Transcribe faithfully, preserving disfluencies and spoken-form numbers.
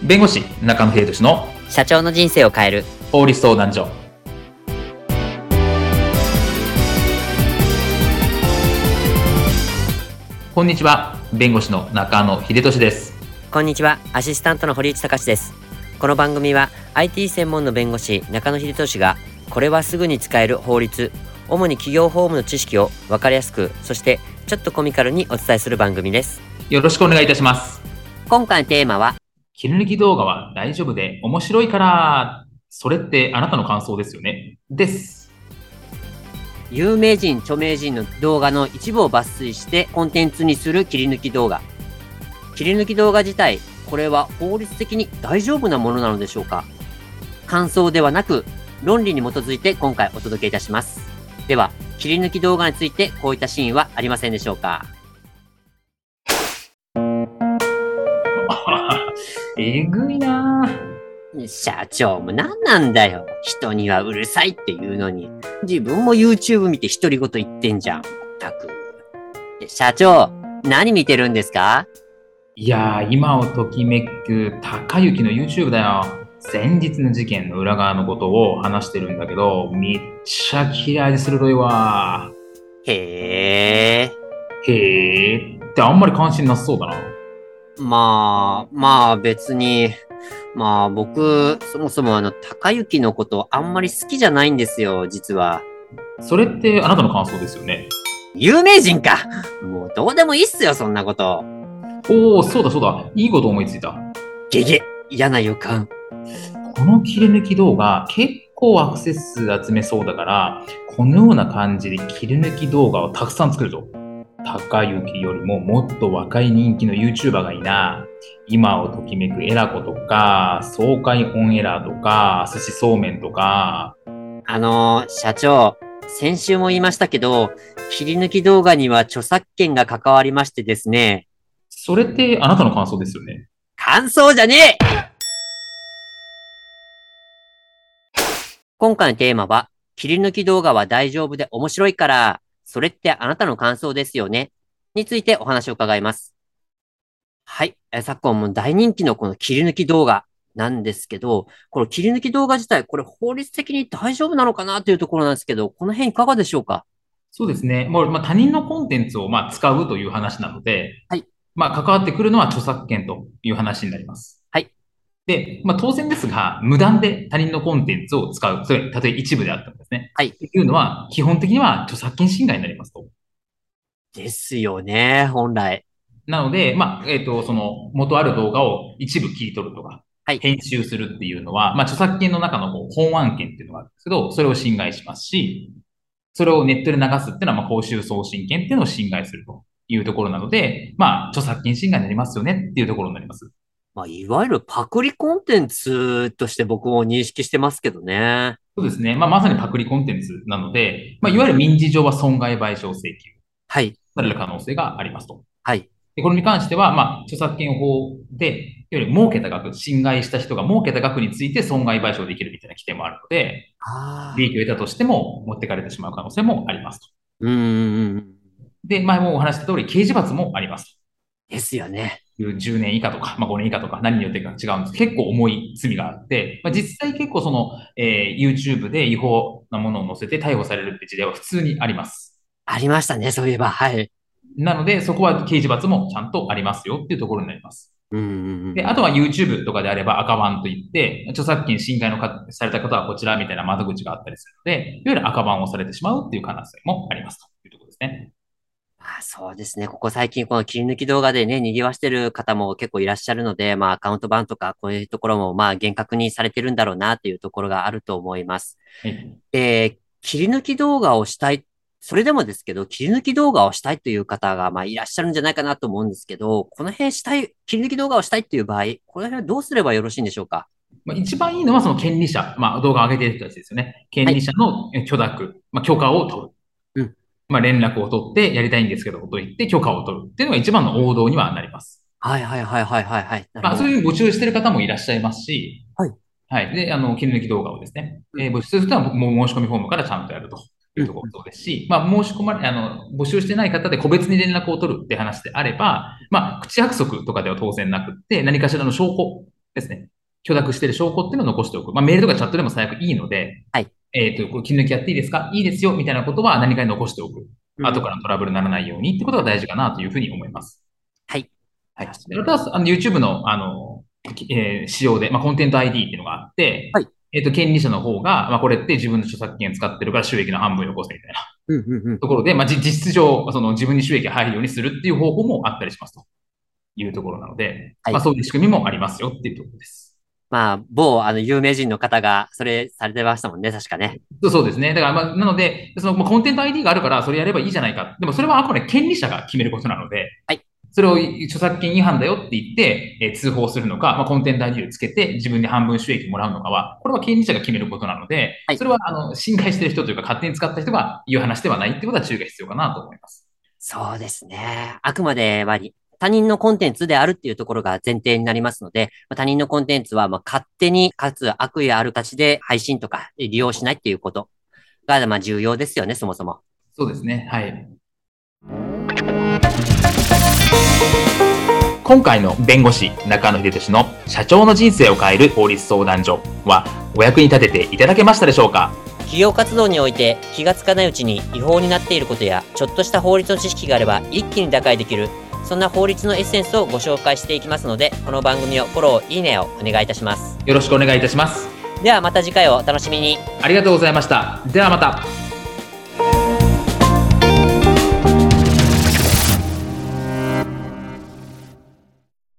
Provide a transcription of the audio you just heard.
弁護士中野秀俊の社長の人生を変える法律相談所。こんにちは、弁護士の中野秀俊です。 こんにちは、アシスタントの堀内隆です。この番組は アイティー 専門の弁護士中野秀俊がこれはすぐに使える法律、主に企業法務の知識を分かりやすく、そしてちょっとコミカルにお伝えする番組です。 よろしくお願いいたします。 今回のテーマは、 切り抜き動画は大丈夫で面白いから、それってあなたの感想ですよねです。 有名人著名人の動画の一部を抜粋してコンテンツにする切り抜き動画。切り抜き動画自体、これは法律的に大丈夫なものなのでしょうか。感想ではなく論理に基づいて今回お届けいたします。では、切り抜き動画についてこういったシーンはありませんでしょうか。 えぐいなぁ。社長も何なんだよ。人にはうるさいって言うのに、自分も YouTube 見て独り言言ってんじゃん。ったく。社長、何見てるんですか？ いやー、今をときめく高雪の YouTube だよ。先日の事件の裏側のことを話してるんだけど、めっちゃ嫌いで鋭いわ。 へー。 へーってあんまり関心なさそうだな。 まあ、まあ別に、まあ僕、そもそもあの、高雪のことあんまり好きじゃないんですよ、実は。 それってあなたの感想ですよね。 有名人か。もうどうでもいいっすよ、そんなこと。 おー、そうだそうだ。いいこと思いついた。 ゲゲ、嫌な予感。 この切り抜き動画、結構アクセス数集めそうだから、このような感じで切り抜き動画をたくさん作るぞ。高雪よりももっと若い人気の YouTuber がいいな。今をときめくエラコとか、爽快オンエラーとか、寿司そうめんとか。 あのー、社長、先週も言いましたけど、切り抜き動画には著作権が関わりましてですね。 それってあなたの感想ですよね。 感想じゃねえ！今回のテーマは、切り抜き動画は大丈夫で面白いから、それってあなたの感想ですよねについてお話を伺います。はい。え昨今も大人気のこの切り抜き動画なんですけど、この切り抜き動画自体、これ法律的に大丈夫なのかなというところなんですけど、この辺いかがでしょうか？ そうですね。もう、まあ、他人のコンテンツをまあ使うという話なので、 はい。 まあ、関わってくるのは著作権という話になります。 はい。 で、まあ、当然ですが、無断で他人のコンテンツを使う。それ、たとえ一部であってもですね。 はい。 というのは、基本的には著作権侵害になりますと。 ですよね、本来。 なので、まあ、えっと、その、元ある動画を一部切り取るとか、 はい。 編集するっていうのは、まあ、著作権の中のこう本案権っていうのがあるんですけど、それを侵害しますし、それをネットで流すっていうのは、まあ、公衆送信権っていうのを侵害するというところなので、まあ、著作権侵害になりますよねっていうところになります。 まあ、いわゆるパクリコンテンツとして僕も認識してますけどね。 そうですね。まあ、まさにパクリコンテンツなので、まあ、いわゆる民事上は損害賠償請求はい。 される可能性がありますと。 はい。 で、これに関しては、まあ、著作権法で、いわゆる儲けた額、侵害した人が儲けた額について損害賠償できるみたいな規定もあるので、利ああ。 益を得たとしても持ってかれてしまう可能性もありますと。 うーん。 で、前もお話した通り、刑事罰もありますですよね。 というじゅうねん以下とか、まあ、ごねん以下とか、何によってか違うんです。結構重い罪があって、まあ、実際結構その、えー YouTube で違法なものを載せて逮捕されるって事例は普通にあります。 ありましたね、そういえば。はい。 なので、そこは刑事罰もちゃんとありますよっていうところになります。 うんうんうで、 ん。 あとは YouTube とかであれば赤版といって、著作権侵害のかされた方はこちらみたいな窓口があったりするので、いわゆる赤版をされてしまうっていう可能性もありますというところですね。 あ、そうですね。ここ最近この切り抜き動画でね、賑わしてる方も結構いらっしゃるので、まあアカウント版とかこういうところもまあ厳格にされてるんだろうなっていうところがあると思います。 はい。 で、切り抜き動画をしたい。それでもですけど、切り抜き動画をしたいという方がまあいらっしゃるんじゃないかなと思うんですけど、この辺したい、切り抜き動画をしたいっていう場合、この辺はどうすればよろしいんでしょうか？ まあ、一番いいのはその権利者、まあ、動画を上げている人たちですよね。権はい。 利者の許諾、まあ、許可を取る。 うん。 まあ、連絡を取ってやりたいんですけど、と言って許可を取るっていうのが一番の王道にはなります。 はいはいはいはいはいはい。なるまあ、 ほど。 そういう募集している方もいらっしゃいますし、 はい。 はい。で、あの、切り抜き動画をですね、 うん。 えー募集する人はもう申し込みフォームからちゃんとやるというん。 うところもそうですし、まあ、申し込まれ、あの、募集してない方で個別に連絡を取るって話であれば、まあ、口約束とかでは当然なくって、何かしらの証拠ですね。許諾している証拠っていうのを残しておく。まあ、メールとかチャットでも最悪いいので、 はい。 えっと、これ切り抜きやっていいですか？いいですよ、みたいなことは何かに残しておく。 うん、 後からのトラブルにならないようにってことが大事かなというふうに思います。 はい。 はい。で、また、あの、YouTube の、あの、えー仕様で、まあ、コンテンツ アイディー っていうのがあって、 はい。 えっと、権利者の方が、まあ、これって自分の著作権使ってるから収益の半分よこせみたいなうんうんうん。 ところで、まあ、じ実質上、その自分に収益が入るようにするっていう方法もあったりしますというところなので、まあ、 はい。 そういう仕組みもありますよっていうところです。 まあ、某、あの、有名人の方が、それされてましたもんね、確かね。 そうそうですね。だから、まあ、なので、その、まあ、コンテンツ アイディー があるから、それやればいいじゃないか。でも、それはあくまで権利者が決めることなので、 はい。 それを著作権違反だよって言って、えー通報するのか、まあ、コンテンツ アイディー をつけて自分で半分収益もらうのかは、これは権利者が決めることなので、 はい。 それは、あの、侵害している人というか、勝手に使った人が言う話ではないってことは注意が必要かなと思います。 そうですね。あくまで、まあ、他人のコンテンツであるっていうところが前提になりますので、まあ、他人のコンテンツはまあ勝手にかつ悪意ある形で配信とか利用しないっていうことがまあ重要ですよね、そもそも。 そうですね。はい。今回の弁護士中野秀俊の社長の人生を変える法律相談所はお役に立てていただけましたでしょうか？ 企業活動において気がつかないうちに違法になっていることや、ちょっとした法律の知識があれば一気に打開できる、そんな法律のエッセンスをご紹介していきますので、この番組をフォロー、いいねをお願いいたします。 よろしくお願いいたします。 ではまた次回をお楽しみに。 ありがとうございました。ではまた。